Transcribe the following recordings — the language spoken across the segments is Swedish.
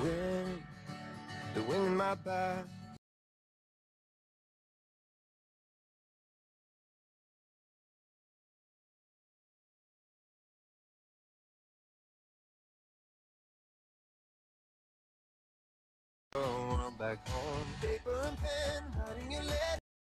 wind, the wind in my back. Oh, I'm back home. Paper and pen, writing your letter.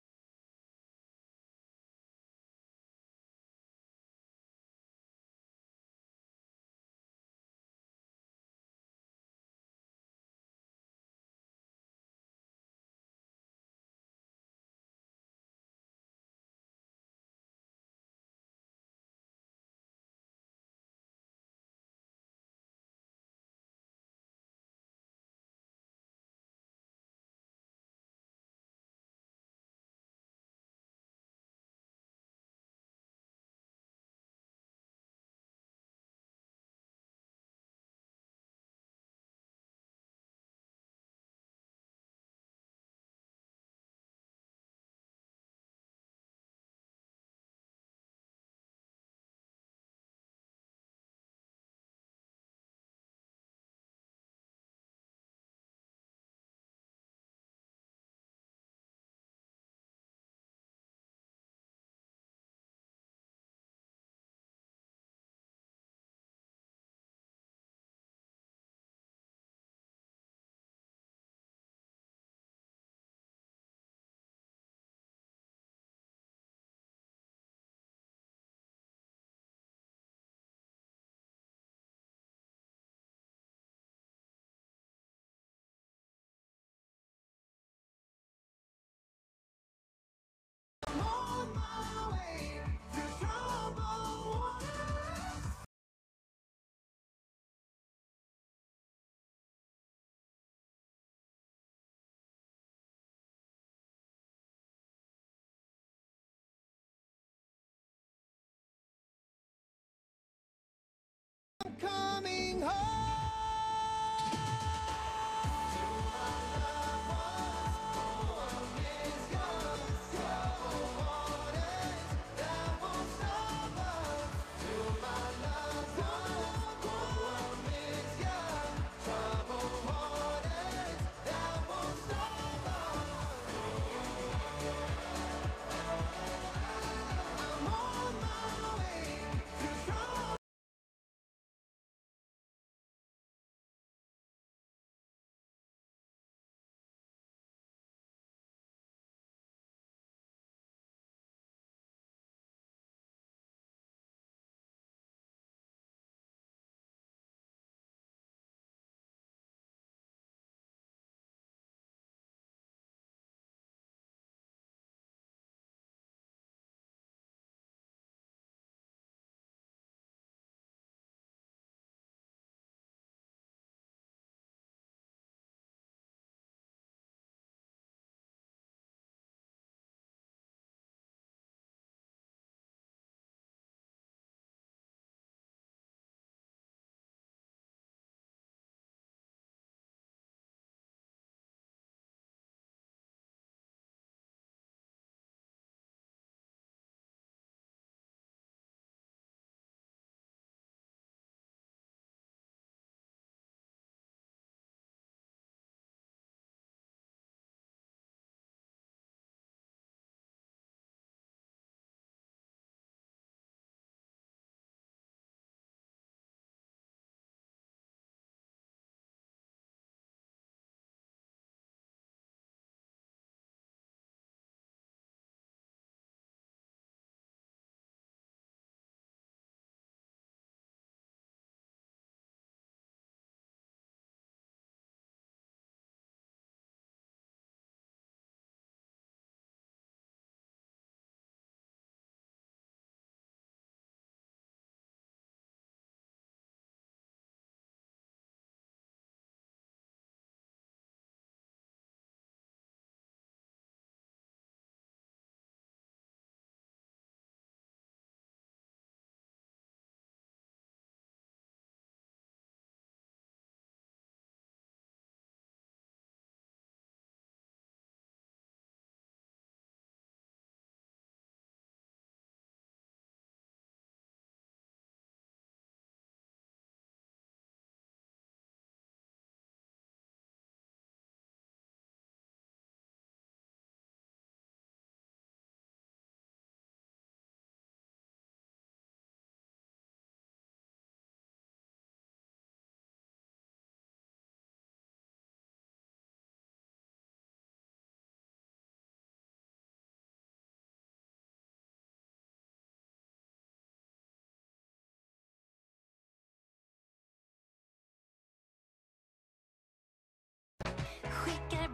I'm coming home.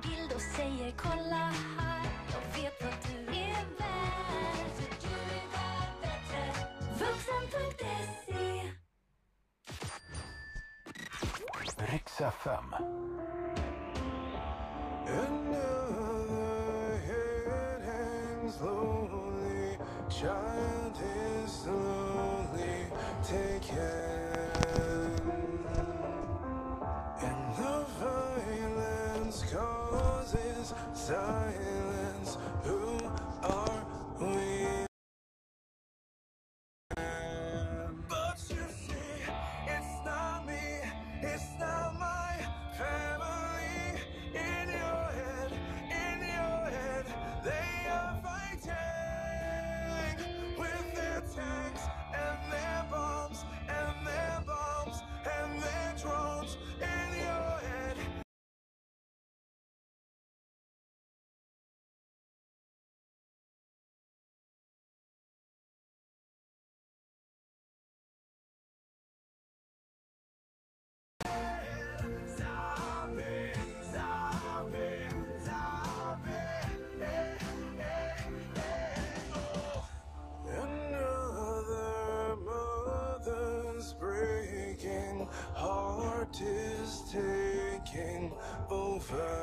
bild och säger kolla här, jag vet vad du är värd. För du är värd bättre. Vuxen.se. Riks FM. Another head hangs slowly, child is slowly taken, and the violence causes silence. Who are we? But you see, it's not me, it's not my family. In your head, they are fighting with their tanks and their bombs and their bombs and their drones. In your head. Another mother's breaking heart is taking over.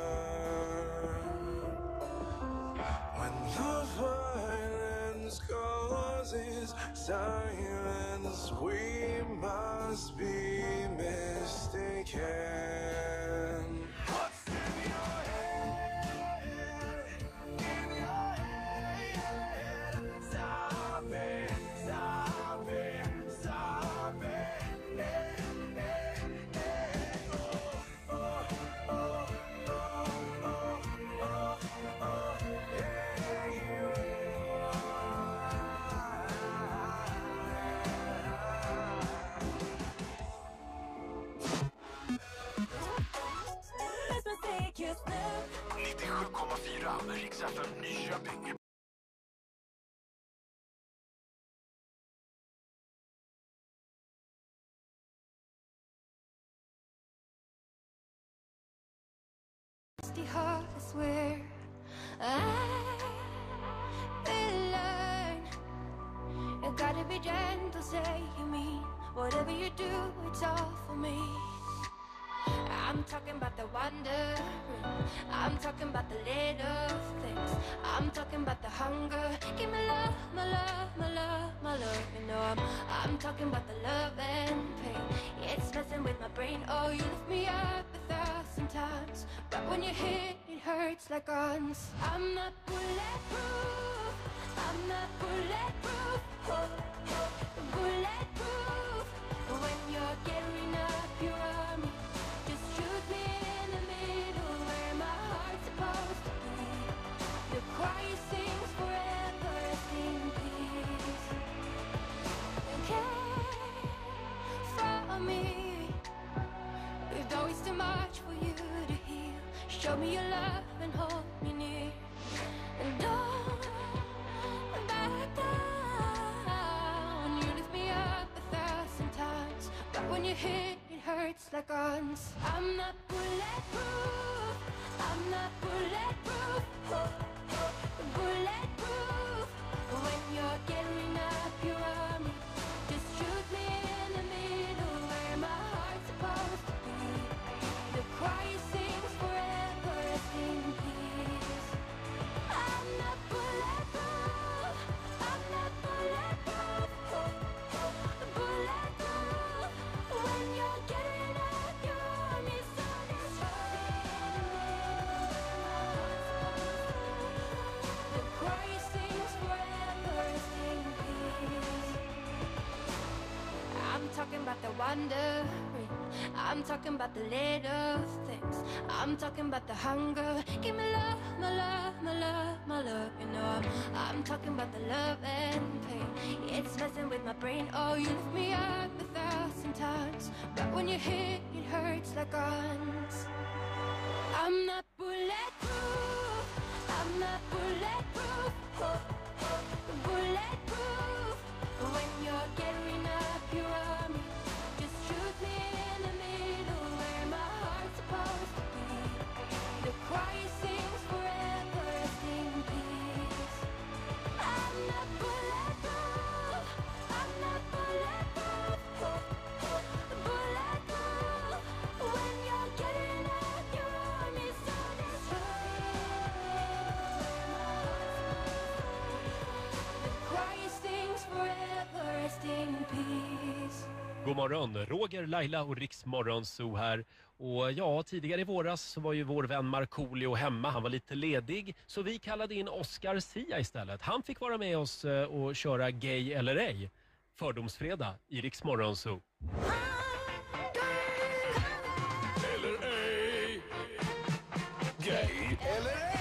When the violence causes silence, we must be mistaken. What's in your head? In your head. Stop it, stop it, stop it. Oh, oh, oh, oh, oh, oh, yeah, you Bäst musik just nu. 97,4 Riks FM Nyköping. The heart is where I belong. You gotta be gentle, say you mean whatever you do, it's all for me. I'm talking about the wonder, I'm talking about the little things, I'm talking about the hunger. Give me love, my love, my love, my love. You know I'm talking about the love and pain. It's messing with my brain. Oh, you lift me up 1,000 times, but when you hit, it hurts like guns. I'm not bulletproof, I'm not bulletproof, bulletproof. When you're gearing up your army, just shoot me in the middle where my heart's supposed to be. The choir sings forever, rest in peace. Care for me. We've always too much for you to heal. Show me your love and hold me near. And don't back down. You lift me up 1,000 times, but when you hit, it hurts like guns. I'm not bulletproof, I'm not bulletproof, bulletproof. When you're gearing up your army, just shoot me in the middle where my heart's supposed to be. The choir sings forever, rest in peace. I'm not bulletproof, I'm not bulletproof, bulletproof. When you're getting up your army, so the choir sings forever, rest in peace. I'm talking about the wondering, I'm talking about the little things, I'm talking about the hunger. Give me love, my love, my love, my love. You know I'm talking about the love and pain. It's messing with my brain. Oh, you lift me up 1,000 times, but when you hit, it hurts like guns. I'm not bulletproof, I'm not bulletproof, bulletproof. When you're gearing up your army, just shoot me in the middle where my heart's supposed to be. The choir God morgon, Roger, Laila och Riks Morgonzoo här. Och ja, tidigare i våras så var ju vår vän Markoolio hemma. Han var lite ledig, så vi kallade in Oscar Sia istället. Han fick vara med oss och köra Gay eller ej. Fördomsfredag i Riks Morgonzoo. Eller ej. Gay eller ej.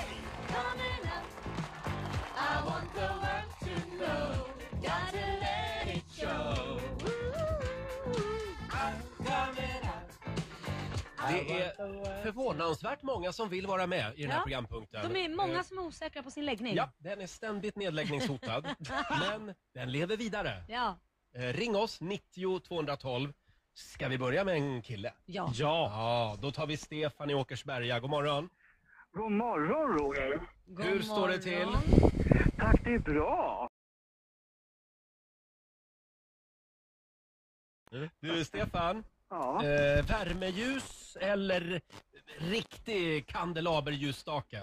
Det är förvånansvärt många som vill vara med i den här programpunkten. De är många som är osäkra på sin läggning. Ja, den är ständigt nedläggningshotad. Men den lever vidare. Ja. Ring oss 90 212. Ska vi börja med en kille? Ja. Ja, då tar vi Stefan i Åkersberga. God morgon. God morgon, Roger. Hur står det till? Tack, det är bra. Du, Stefan. Ja. Värmeljus eller riktig kandelaberljusstake?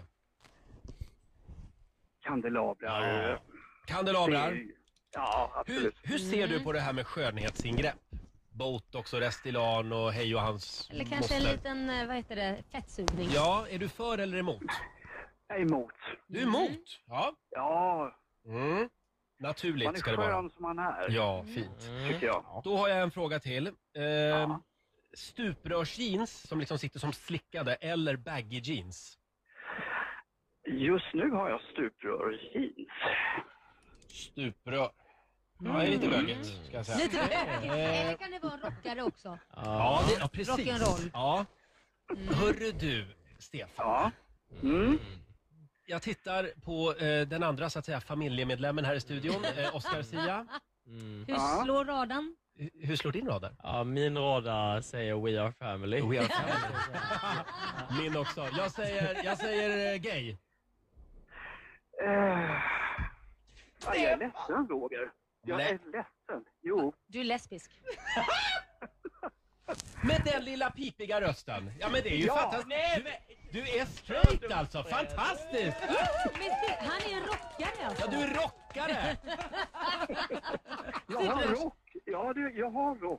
Kandelabrar. Kandelabrar? Ja, absolut. Hur ser du på det här med skönhetsingrepp? Botox och Restylane och hej och hans Eller kanske en liten, fettsugning. Ja, är du för eller emot? Jag är emot. Du är emot? Ja. Ja, Naturligt man är ska det vara. skön som man är, Ja, fint. tycker jag. Då har jag en fråga till. Stuprörsjeans som liksom sitter som slickade eller baggy jeans? Just nu har jag stuprör-jeans. Stuprör. Ja, det är lite bögigt, ska jag säga. Lite bögigt. Eller kan det vara en rockare också? Ja, precis. Rock'n'roll. Ja. Hörru du, Stefan. Ja. Jag tittar på den andra, så att säga, familjemedlemmen här i studion, Oscar Sia. Hur slår radan? Hur slår din radar? Ja, min radar säger We Are Family. We are family. Min också. Jag säger gay. Jag är ledsen, Roger. Jag är ledsen. Jo. Du är lesbisk. Med den lilla pipiga rösten. Ja, men det är ju Ja. fantastiskt. Du är straight alltså. Fantastiskt. Men han är en rockare alltså. Ja, du är rockare. Jag har rock. Ja, jag har rock.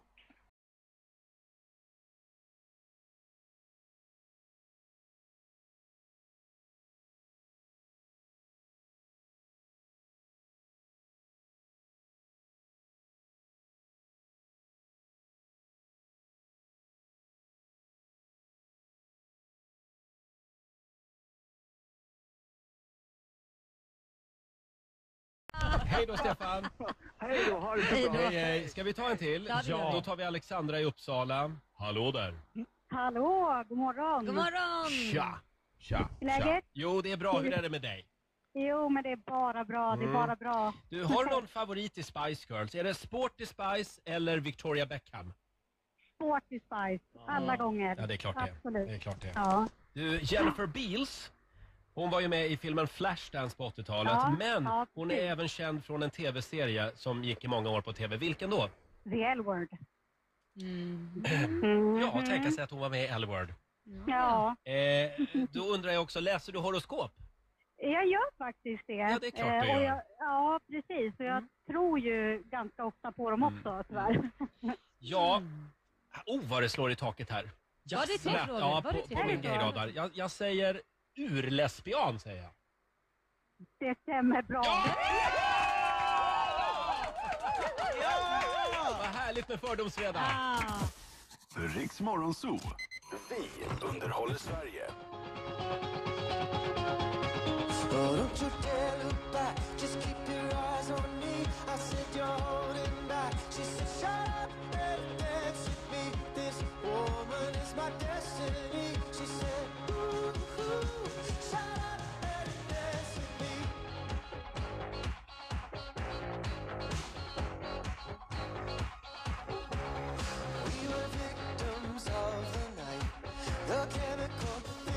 Hej då, Stefan. Hej då, ha det så bra. Hej. Ska vi ta en till? Ja. Då tar vi Alexandra i Uppsala. Hallå där. Hallå, god morgon. God morgon. Tja. Läget? Jo, det är bra. Hur är det med dig? Jo, men det är bara bra, det är bara bra. Du, har du någon favorit i Spice Girls? Är det Sporty Spice eller Victoria Beckham? Sporty Spice, alla gånger. Ja, det är klart det. Absolut. Det är klart det. Ja. Du, Jennifer Beals, hon var ju med i filmen Flashdance på 80-talet. Ja, men ja, hon är precis. även känd från en tv-serie som gick i många år på tv. Vilken då? The L-word. Ja, tänka sig att hon var med i L-Word. Ja, Då undrar jag också, läser du horoskop? jag gör faktiskt det. Ja, det är klart du Och gör. ja, precis. Och jag tror ju ganska ofta på dem också, tyvärr. Ja. Vad det slår i taket här. Var det tryck, Roger? Ja, Var det på tryck? min gayradar. Jag säger urlesbian, säger jag. Det stämmer bra. Vad härligt med fördomsfredag. Riks Morgonzoo. Vi underhåller Sverige. Oh, don't you dare look back, just keep your eyes on me. I said you're holding back. She said shut up and dance with me. This woman is my destiny. She said ooh, shut up and dance with me. We were victims of the night. The chemical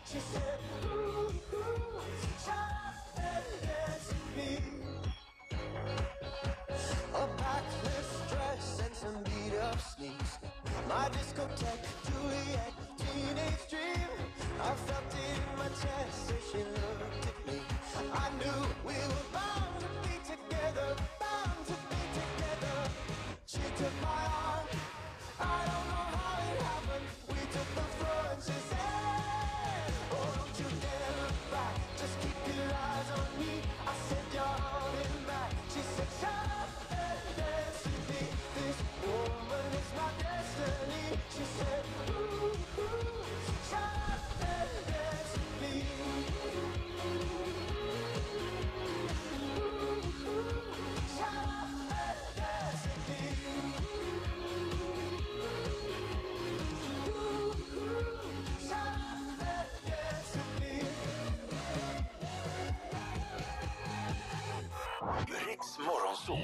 She said, ooh, shut up and dance with me. A backless dress and some beat up sneaks. My discotheque, Juliet, teenage dream. I felt it in my chest as she looked at me. I knew we were bound to be together, bound to be together. She took my arm, I don't know how it happened. We took the floor and she said, oh, don't you dare look back, just keep your eyes on me. I said, you're holding back. She said, shut up and dance with me. This woman is my destiny. She said, ooh, shut up and dance with me. Shut up and dance with me. Shut up and dance with me. Riks Morgonzoo.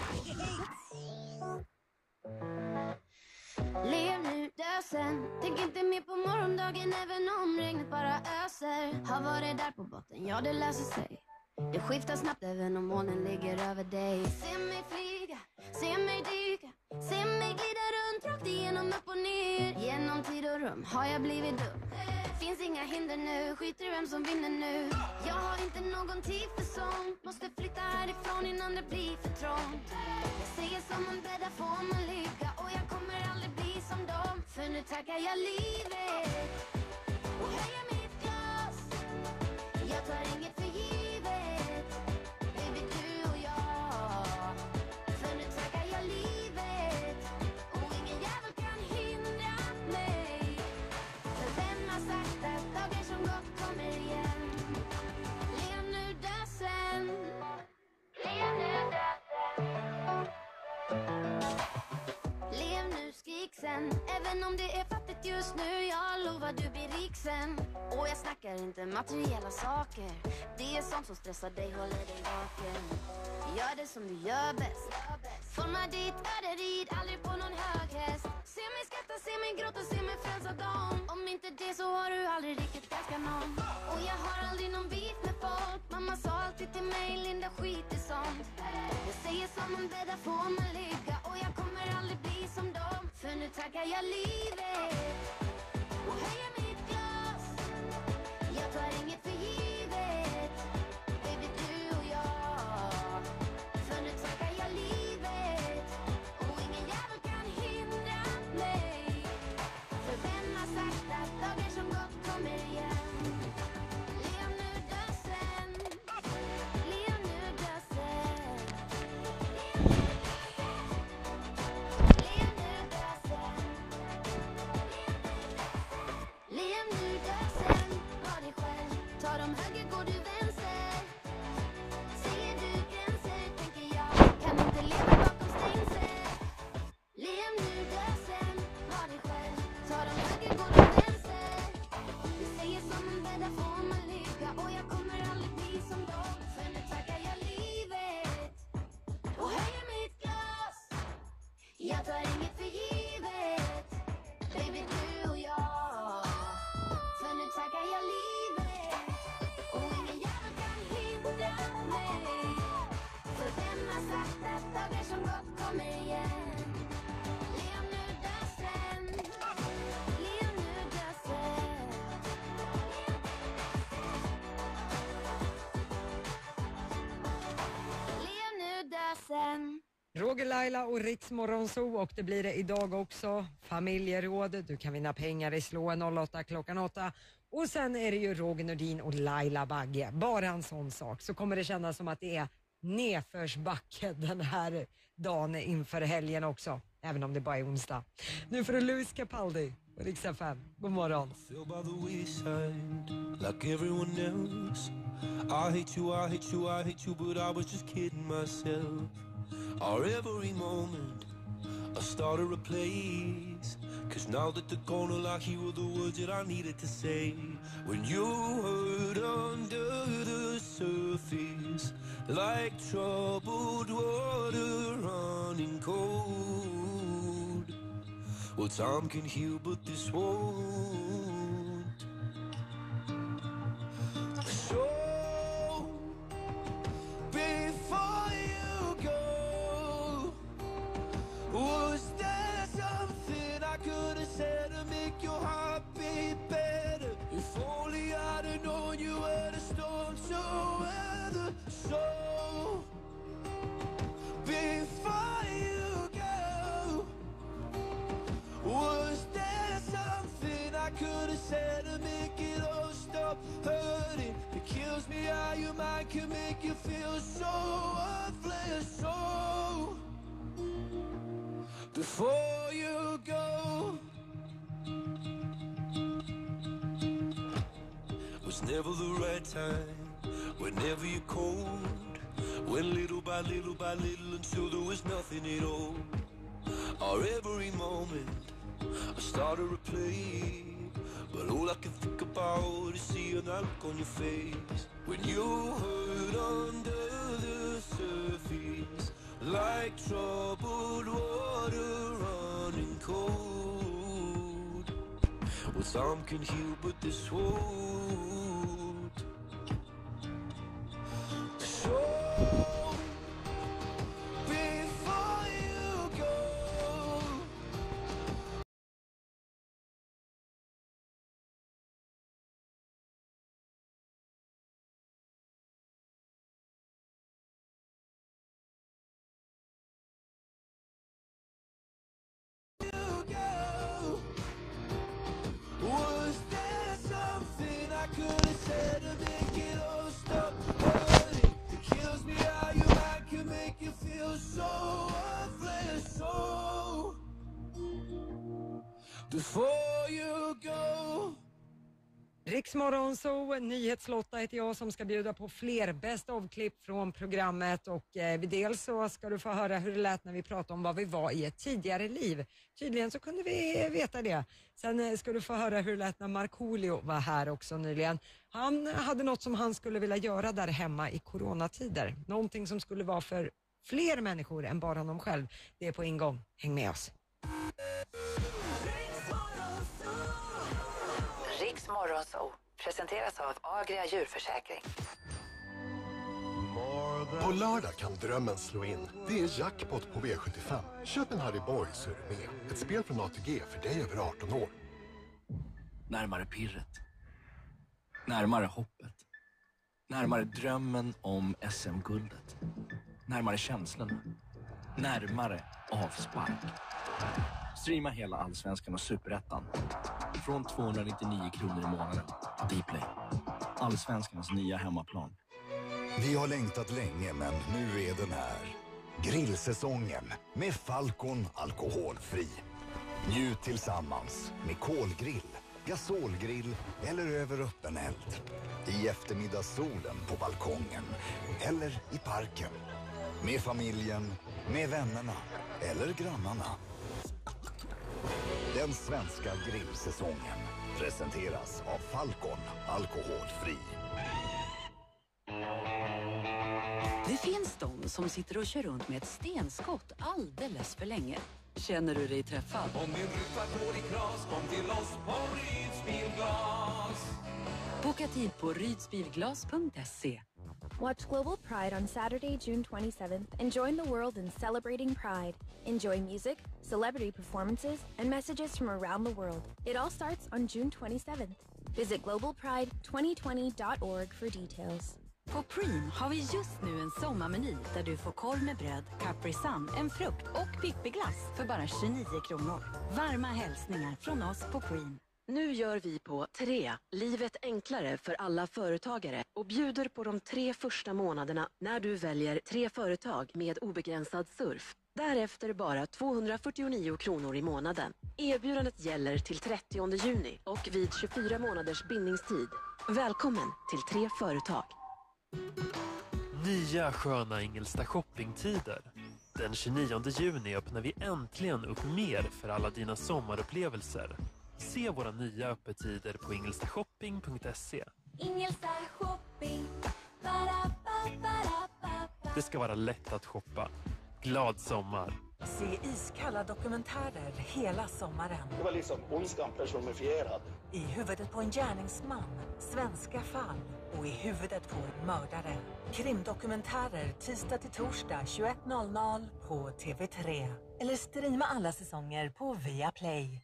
Lev nu, dö sen. Tänk inte mer på morgondagen även om regnet bara öser. Har varit där på botten, ja det löser sig. Det skiftar snabbt även om molnen ligger över dig. Se mig flyga, se mig dyka, se mig glida runt rakt igenom upp och ner. Genom tid och rum har jag blivit dum. Finns inga hinder nu, skiter i vem som vinner nu. Jag har inte någon tid för sånt. Måste flytta härifrån innan det blir för trångt. Jag säger som en bädda får man ligga. Och jag kommer aldrig bli som dem. För nu tackar jag livet och höjer mitt glas. Jag tar inget för givet, baby du och jag. För nu tackar jag livet och ingen jävel kan hindra mig. För vem har sagt att dagar som gått kommer igen? Lev nu, dö sen. Lev nu, dö sen. Lev nu, skrik sen. Även om det är fattigt just nu, jag lovar du blir rik sen. Och jag snackar inte materiella saker. Det är sånt som stressar dig, håller dig vaken. Gör det som du gör bäst. Forma ditt öde, rid aldrig på någon hög häst. Se mig skratta, se mig gråta, se mig frälsa dem. Om inte det så har du aldrig riktigt älskat någon. Och jag har aldrig någon beef med folk. Mamma sa alltid till mig, Linda skit i sånt. Jag säger som en bädda får man ligga. Och jag kommer aldrig bli som dem. För nu tackar jag livet och höjer mitt glas. Jag tar inget för givet, baby du och jag. För nu tackar jag livet och ingen jävel kan hindra mig. För vem har sagt att dagar som gått kommer igen? Lev nu, dö sen. Lev nu, dö sen. Lev nu, dö sen. Lev nu, dö sen. Var dig själv. Tar de höger går du vänster. Ser du gränser tänker jag. Kan inte leva bakom stängsel. Lev nu, dö sen. Var dig själv. Tar de höger går du vänster. Du säger som en bädda får man ligga. Och jag kommer aldrig bli som dem. För nu tackar jag livet och höjer mitt glas. Jag tar inget för givet, baby du och jag. För nu tackar jag livet och ingen jävel kan hindra mig. För vem har sagt att dagar som gått kommer igen? Lev nu, dö sen. Lev nu, dö sen. Lev nu, dö sen. Roger, Laila och Riks Morgonzoo, och det blir det idag också. Familjeråd, du kan vinna pengar i Slå en 08 klockan 8. Och sen är det ju Roger Nordin och Laila Bagge. Bara en sån sak så kommer det kännas som att det är nedförsbacke den här dagen inför helgen också. Även om det bara är onsdag. Nu får du Louis Capaldi och Riks FM. God morgon. Feel by the wayside, like everyone else. I hate you, I hate you, I hate you, but I was just kidding myself. Our every moment, I started a place. Cause now that they're gone, all I hear were the words that I needed to say. When you hurt under the surface, like troubled water running cold. Well, time can heal, but this won't. can make you feel so worthless. So before you go, was never the right time, whenever you're cold, when little by little by little until there was nothing at all. Or every moment I start to replay, but all I can think about is seeing that look on your face when you hurt under the surface, like troubled water running cold. Well, some can heal, but this won't. So before you go, was there something I could have said to make it all stop hurting? It kills me how your mind can make you feel so worthless. So before you go. Riksmorgon så nyhetslotta heter jag som ska bjuda på fler bäst of-klipp från programmet och dels så ska du få höra hur det lät när vi pratade om vad vi var i ett tidigare liv. Tydligen så kunde vi veta det. Sen ska du få höra hur det lät när Markoolio var här också nyligen. Han hade något som han skulle vilja göra där hemma i coronatider. Någonting som skulle vara för fler människor än bara honom själv. Det är på ingång. Häng med oss. Riksmorgonzoo presenteras av Agria djurförsäkring. På lördag kan drömmen slå in. Det är jackpot på V75. Köp en Harry Boy så är du med. Ett spel från ATG för dig över 18 år. Närmare pirret. Närmare hoppet. Närmare drömmen om SM-guldet. Närmare känslorna. Närmare avspark. Streama hela Allsvenskan och Superettan från 299 kronor i månaden. Dplay. Allsvenskans nya hemmaplan. Vi har längtat länge, men nu är den här. Grillsäsongen med Falcon alkoholfri. Njut tillsammans med kolgrill, gasolgrill eller över öppen eld. I eftermiddagssolen på balkongen eller i parken. Med familjen, med vännerna eller grannarna. Den svenska grillsäsongen presenteras av Falcon alkoholfri. Det finns de som sitter och kör runt med ett stenskott alldeles för länge. Känner du dig träffad? Om min ruta går i kras, kom till oss på Rydsbilglas. Boka tid på rydsbilglas.se. Watch Global Pride on Saturday, June 27th and join the world in celebrating Pride. Enjoy music, celebrity performances, and messages from around the world. It all starts on June 27th. Visit globalpride2020.org for details. På Preem har vi just nu en sommarmeny där du får korv med bröd, Capri Sun, en frukt och pippiglass för bara 29 kronor. Varma hälsningar från oss på Preem. Nu gör vi på 3 livet enklare för alla företagare och bjuder på de 3 första månaderna när du väljer 3 företag med obegränsad surf. Därefter bara 249 kronor i månaden. Erbjudandet gäller till 30 juni och vid 24 månaders bindningstid. Välkommen till 3 företag. Nya sköna Ingelsta shoppingtider. Den 29 juni öppnar vi äntligen upp mer för alla dina sommarupplevelser. Se våra nya öppettider på ingelstashopping.se. Ingelsta shopping. Det ska vara lätt att shoppa. Glad sommar. Se iskalla dokumentärer hela sommaren. Det var liksom ondskan personifierad. I huvudet på en gärningsman, svenska fall och i huvudet på en mördare. Krimdokumentärer tisdag till torsdag 21:00 på TV3. Eller streama alla säsonger på Viaplay.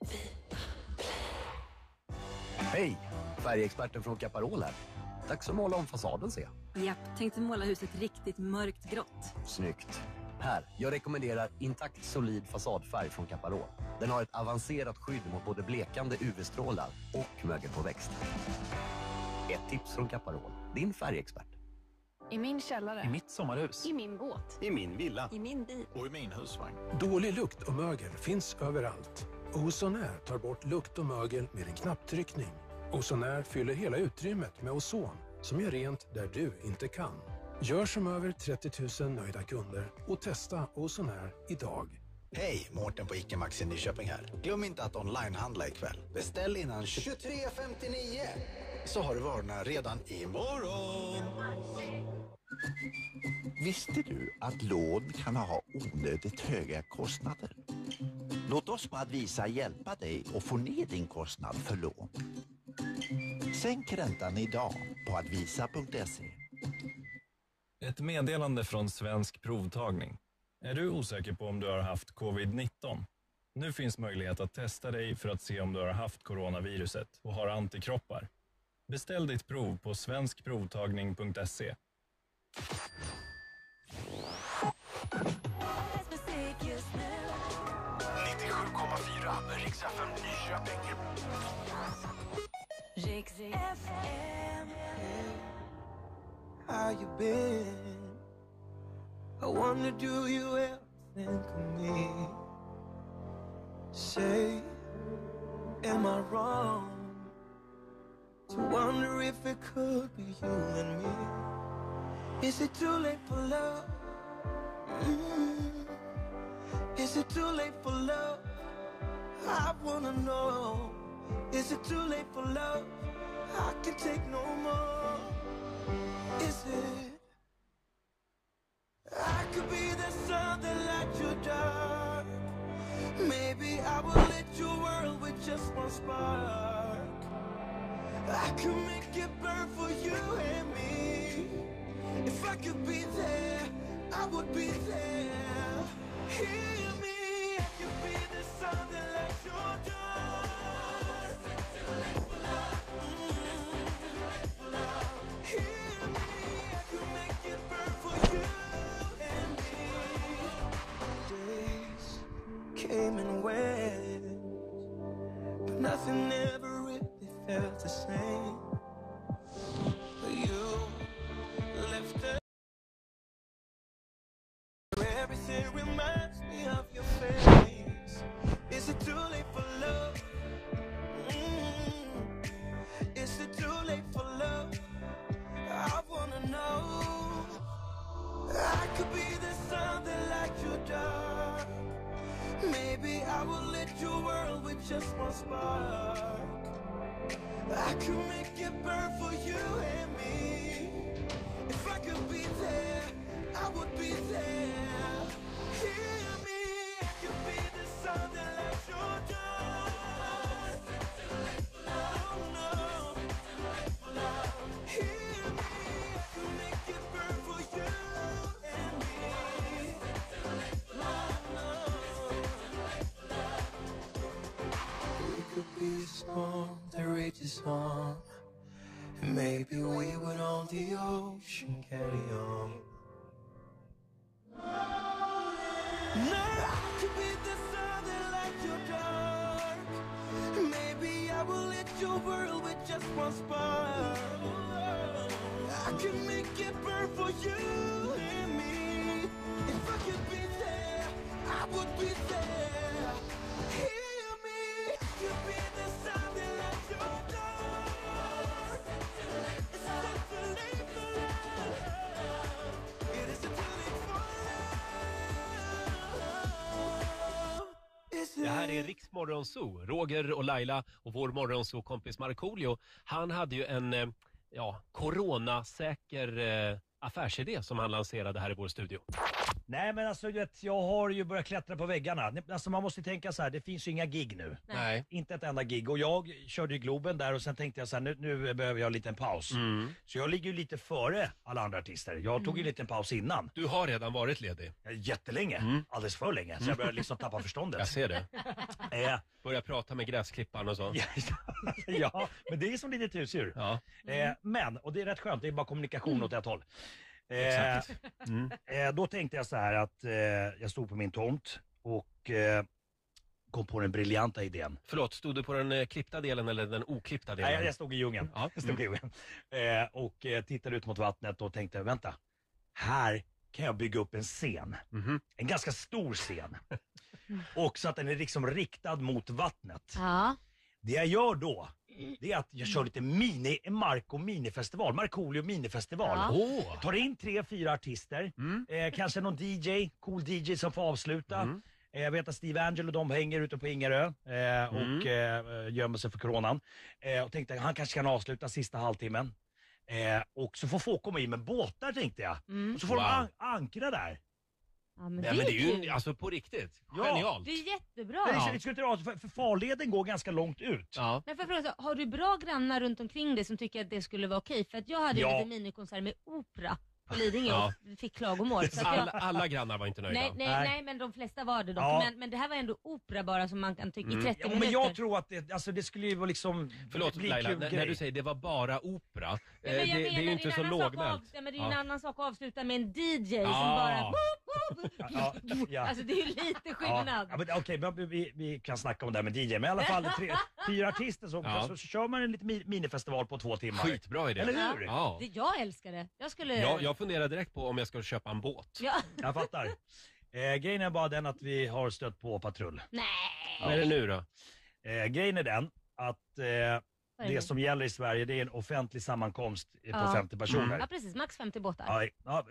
Hej, färgexperten från Caparol här. Dags att måla om fasaden, se. Japp, tänkte måla huset riktigt mörkt grått. Snyggt. Här, jag rekommenderar Intakt Solid fasadfärg från Caparol. Den har ett avancerat skydd mot både blekande UV-strålar och mögelpåväxt. Ett tips från Caparol, din färgexpert. I min källare. I mitt sommarhus. I min båt. I min villa. I min bil. Och i min husvagn. Dålig lukt och mögel finns överallt. Ozon-Air tar bort lukt och mögel med en knapptryckning. Ozon-Air fyller hela utrymmet med ozon som gör rent där du inte kan. Gör som över 30 000 nöjda kunder och testa Ozon-Air idag. Hej, Mårten på ICA Maxi Nyköping här. Glöm inte att onlinehandla ikväll. Beställ innan 23.59 så har du varorna redan imorgon. Visste du att lån kan ha onödigt höga kostnader? Låt oss på Advisa hjälpa dig att få ner din kostnad för lån. Sänk räntan idag på advisa.se. Ett meddelande från Svensk Provtagning. Är du osäker på om du har haft covid-19? Nu finns möjlighet att testa dig för att se om du har haft coronaviruset och har antikroppar. Beställ ditt prov på svenskprovtagning.se. Rix FM Nyköping. Rix FM. How you been? I wonder, do you ever think of me? Say, am I wrong to wonder if it could be you and me? Is it too late for love? Is it too late for love? I wanna know. Is it too late for love? I can take no more. Is it? I could be the sun that lights your dark. Maybe I will lit your world with just one spark. I could make it burn for you and me. If I could be there, I would be there. Hear me, I could be the sun that lights your dark. Hear me, I could make it burn for you and me. Days came and went, but nothing ever really felt the same. You left us. Everything reminds me of your face. Is it too late for love? Is it too late for love? I wanna know. I could be the sun that lights your dark. Maybe I will lit your world with just one spark. I could make it burn for you and me. If I could be there, I would be there. Hear me, I could be the sun that lights your dark. Oh no. Hear me, I could make it burn for you and me. Oh no. We could be a storm that rages on, and maybe we would on the ocean carry on. No, I could be the sun that lights your dark. Maybe I will lit your world with just one spark. I can make it burn for you and me. If I could be there, I would be there. Hear me, I could be the sun that lights your dark. It's not too late for love. It isn't too late for love. Det här är Rix Morgonzoo. Roger och Laila och vår Morgonzoo-kompis Markoolio. Han hade ju en coronasäker affärsidé som han lanserade här i vår studio. Nej, men alltså jag har ju börjat klättra på väggarna. Alltså man måste tänka så här, det finns ju inga gig nu. Nej. Inte ett enda gig. Och jag körde ju Globen där och sen tänkte jag så här, nu behöver jag en liten paus. Så jag ligger ju lite före alla andra artister. Jag tog ju en liten paus innan. Du har redan varit ledig. Jättelänge. Alldeles för länge. Så jag började liksom tappa förståndet. Jag ser det. Börja prata med gräsklipparen och så. Ja, men det är som lite husdjur. Ja. Men, och det är rätt skönt, det är bara kommunikation åt ett håll. Exakt. Då tänkte jag så här att jag stod på min tomt och kom på den briljanta idén. Förlåt, stod du på den klippta delen eller den oklippta delen? Nej, jag stod i djungeln. Ja. Jag stod i djungeln. Och tittade ut mot vattnet och tänkte, vänta, här kan jag bygga upp en scen. En ganska stor scen. Och så att den är liksom riktad mot vattnet. Ja. Det jag gör då, det är att jag kör lite Markoolio minifestival. Ja. Tar in 3-4 artister, kanske någon cool DJ som får avsluta. Jag vet att Steve Angel och de hänger ute på Ingerö och gömmer sig för coronan. Och tänkte han kanske kan avsluta sista halvtimmen. Och så får folk komma in med båtar, tänkte jag. Och så får de ankra där. Ja, men det är ju alltså på riktigt. Genialt. Det är jättebra. Det skulle inte vara, för farleden går ganska långt ut. Ja. Men för fråga, så, har du bra grannar runt omkring dig som tycker att det skulle vara okej? För att jag hade ju lite minikonsert med opera på Lidingö och fick klagomål. Så alla grannar var inte nöjda. Nej, men de flesta var det dock. Ja. Men det här var ändå opera bara som man kan tycka i 30 minuter. Men jag tror att det skulle ju vara liksom... Förlåt Laila, när du säger det var bara opera. Det är ju inte så lågmält. Men det är ju en annan sak att avsluta med en DJ som bara... Alltså det är ju lite skillnad. Ja, okej, vi kan snacka om det här med DJ. Men i alla fall 4 artister så kör man en liten minifestival på 2 timmar. Skitbra idé. Eller hur? Ja. Jag älskar det. Jag funderar direkt på om jag ska köpa en båt. Ja. Jag fattar. Grejen är bara den att vi har stött på patrull. Nej. Vad är det nu då? Grejen är den att det som gäller i Sverige, det är en offentlig sammankomst på 50 personer. Ja, precis. Max 50 båtar. Ja.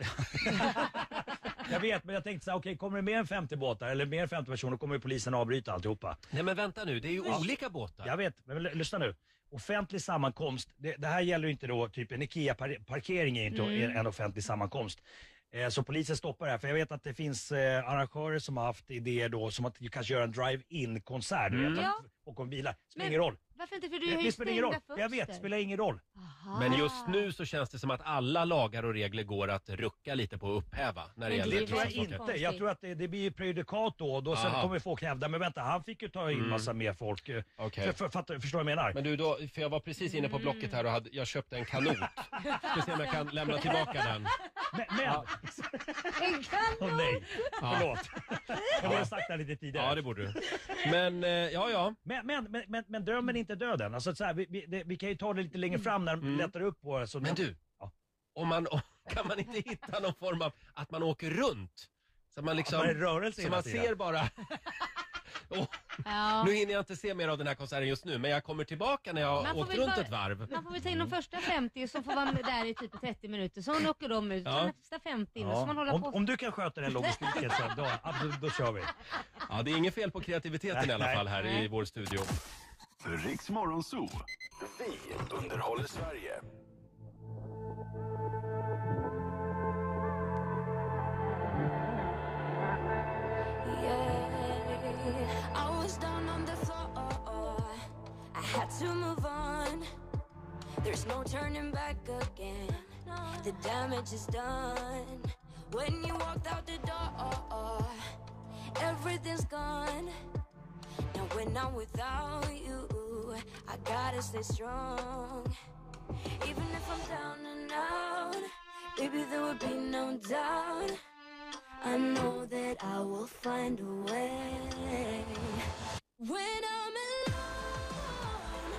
Jag vet, men jag tänkte så här, okej, kommer det mer än 50 båtar eller mer än 50 personer kommer polisen avbryta alltihopa. Nej, men vänta nu, det är ju olika båtar. Jag vet, men lyssna nu. Offentlig sammankomst, det här gäller ju inte då, typ en IKEA-parkering är inte en offentlig sammankomst. Så polisen stoppar det här, för jag vet att det finns arrangörer som har haft idéer då, som att kanske göra en drive-in-konsert, och om bilar. Spelar ingen roll. Varför inte? För du har ju spelar ingen roll. fönster. Jag vet, spelar ingen roll. Aha. Men just nu så känns det som att alla lagar och regler går att rucka lite på och upphäva. När det gäller Det tror jag inte. Jag tror att det blir prejudikat då sen kommer folk hävda, men vänta, han fick ju ta in massa mer folk. Förstår vad jag menar? Men du då, för jag var precis inne på Blocket här och jag köpte en kanot. Ska se om jag kan lämna tillbaka den. En kanon! Åh nej, förlåt. Jag borde ha sagt det lite tidigare. Ja, det borde du. Men, ja. Men drömmen är inte döden. Alltså, så här, vi kan ju ta det lite längre fram när de lättar upp på det. Så men du, kan man inte hitta någon form av att man åker runt? Så man liksom, så man ser bara... Nu hinner jag inte se mer av den här konserten just nu, men jag kommer tillbaka när jag har åkt runt ett varv. Man får väl ta in de första 50 som får vara där i typ 30 minuter. Så åker de ut, så nästa 50 och så man håller på. Om du kan sköta den logistiken så då kör vi. Ja, det är inget fel på kreativiteten i alla fall här i vår studio. Riks Morgonzoo. Vi underhåller Sverige. I was down on the floor, I had to move on. There's no turning back again. The damage is done. When you walked out the door, everything's gone. Now when I'm without you, I gotta stay strong. Even if I'm down and out, baby, there would be no doubt. I know that I will find a way. When I'm alone,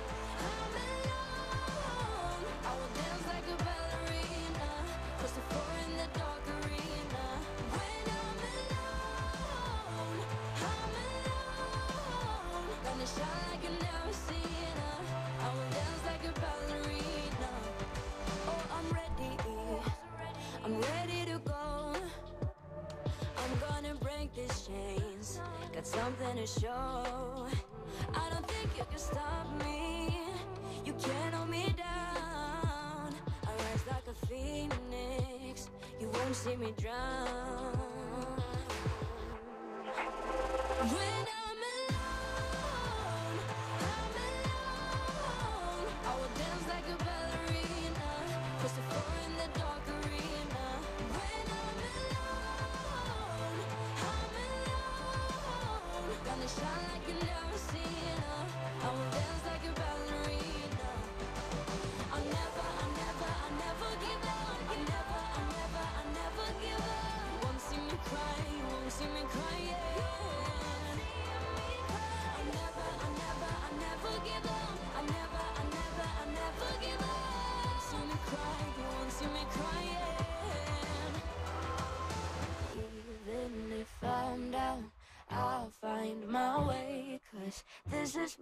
I will dance like a ballerina, cross the floor in the dark arena. When I'm alone, gonna shine like I've never seen her. I will dance like a ballerina. Oh, I'm ready to go. I'm gonna break these chains, got something to show. I don't think you can stop me, you can't hold me down. I rise like a phoenix, you won't see me drown. When I'm alone, I will dance like a ballerina, cross the floor in the dark arena. When I'm alone, gonna shine like you never seen her. I will dance like a ballerina. I'll never give up. I never give up. You won't see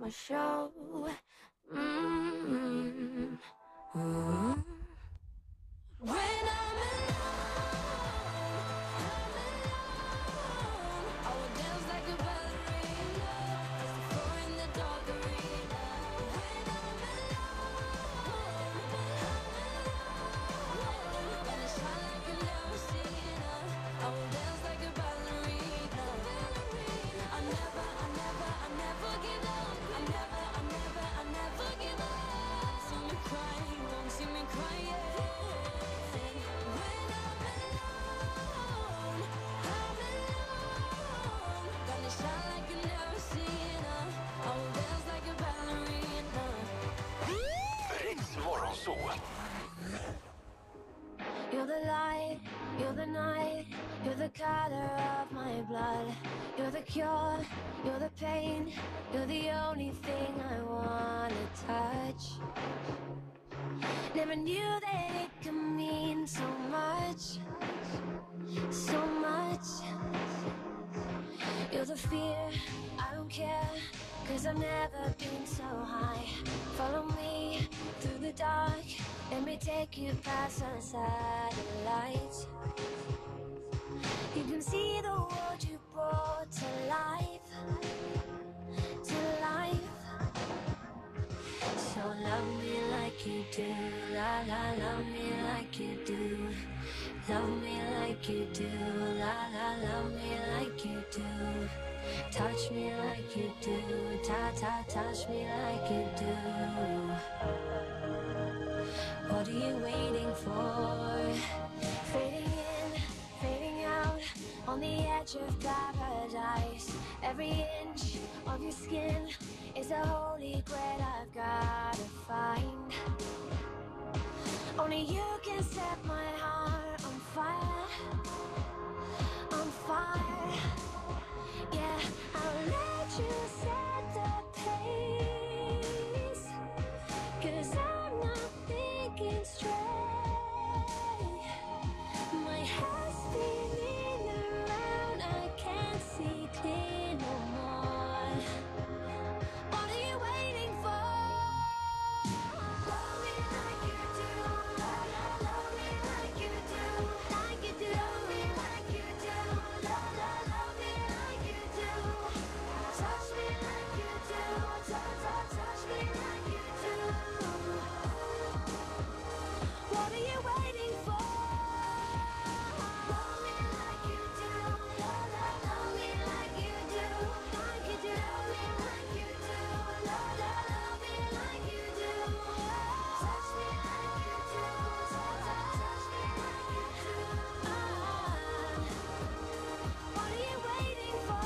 my show. Mm-hmm. Mm-hmm. When I'm You're the light, you're the night, you're the color of my blood. You're the cure, you're the pain, you're the only thing I wanna touch. Never knew that it could mean so much, so much. You're the fear, I don't care, 'cause I've never been so high. Follow me through the dark, let me take you past the satellites. You can see the world you brought to life, to life. So love me like you do, la la, love me like you do. Love me like you do, la la, love me like you do. Touch me like you do, ta-ta, touch me like you do. What are you waiting for? Fading in, fading out, on the edge of paradise. Every inch of your skin is a holy grail I've gotta find. Only you can set my heart on fire, on fire. Yeah, I'll let you set the pace, 'cause I'm not thinking straight. My head's spinning around, I can't see clear no more. What are you waiting for? Love me like you do, love me like you do, like you do. Love me like you do, love me like you do. Touch me like you do, touch me like you do. What are you waiting for? Love me like you do, love me like you do, like you do. Love me like you do, love me like you do. Touch me like you do, touch me like you do. What are you waiting for?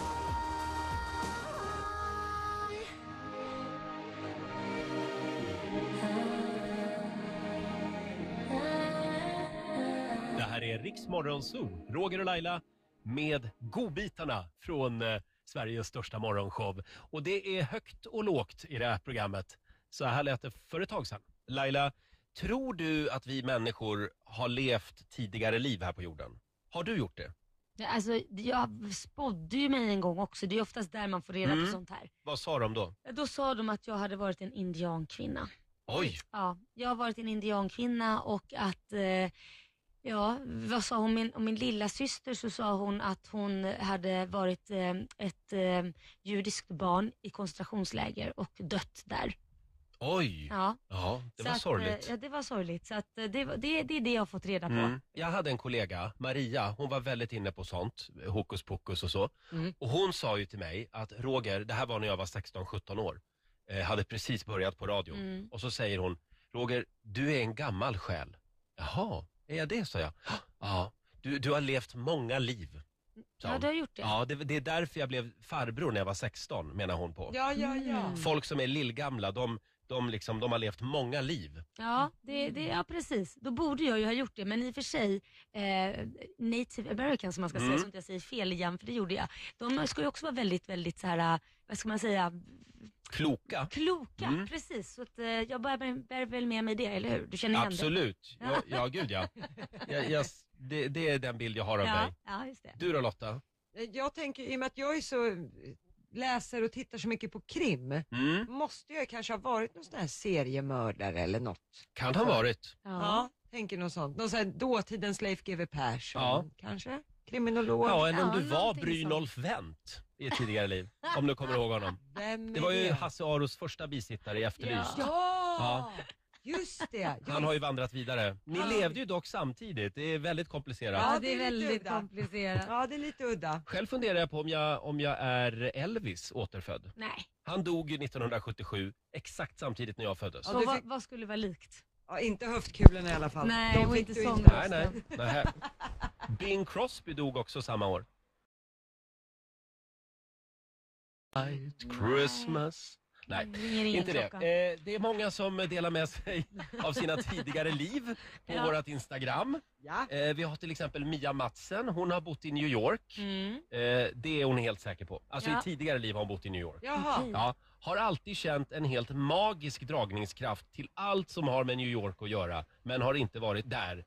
Det här är Riks Morgonzoo, Roger och Laila med godbitarna från Sveriges största morgonshow. Och det är högt och lågt i det här programmet. Så här lät det för ett tag sedan. Laila, tror du att vi människor har levt tidigare liv här på jorden? Har du gjort det? Ja, alltså, jag spådde ju mig en gång också. Det är oftast där man får reda på sånt här. Vad sa de då? Då sa de att jag hade varit en indiankvinna. Oj! Ja, jag har varit en indiankvinna och att... Ja, vad sa hon? Om min lilla syster så sa hon att hon hade varit ett judiskt barn i koncentrationsläger och dött där. Oj! Ja, det var sorgligt. Ja, det var sorgligt. Så att det är det jag har fått reda på. Jag hade en kollega, Maria, hon var väldigt inne på sånt, hokus pokus och så. Och hon sa ju till mig att Roger, det här var när jag var 16-17 år, hade precis börjat på radion. Och så säger hon, Roger, du är en gammal själ. Jaha. Är jag det, sa jag. Ja, du har levt många liv. Ja, du har gjort det. Ja, det är därför jag blev farbror när jag var 16, menar hon på. Ja. Folk som är lillgamla, de har levt många liv. Ja, ja, precis. Då borde jag ju ha gjort det. Men i och för sig, native americans som man ska säga, som jag säger fel igen, för det gjorde jag. De ska ju också vara väldigt, väldigt så här, vad ska man säga... Kloka, precis. Så att, jag bär väl med mig det, eller hur? Du känner igen absolut. det? Ja, gud ja. Det är den bild jag har av dig. Ja, just det. Du då, Lotta? Jag tänker, i och med att jag är så läser och tittar så mycket på krim, måste jag kanske ha varit någon sån här seriemördare eller något. Kan ha varit. Ja, tänker något sånt. Någon sån här dåtidens Leif GW Persson, kanske? Kriminolog. Ja, eller om du var Brynolf Wendt i ett tidigare liv. Om du kommer ihåg honom. Det var ju Hasse Aros första bisittare i Efterlyst. Ja. Just det. Han har ju vandrat vidare. Ni levde ju dock samtidigt. Det är väldigt komplicerat. Ja, det är väldigt komplicerat. Ja, det är lite udda. Själv funderar jag på om jag är Elvis återfödd. Nej. Han dog 1977, exakt samtidigt när jag föddes. Så vad skulle vara likt? Ja, inte höftkulorna i alla fall. Nej, och inte sång. Nej. Bing Crosby dog också samma år. Christmas. Nej, inte det. Det är många som delar med sig av sina tidigare liv på vårt Instagram. Ja. Vi har till exempel Mia Madsen. Hon har bott i New York. Det är hon helt säker på. Alltså i tidigare liv har hon bott i New York. Jaha. Ja, har alltid känt en helt magisk dragningskraft till allt som har med New York att göra. Men har inte varit där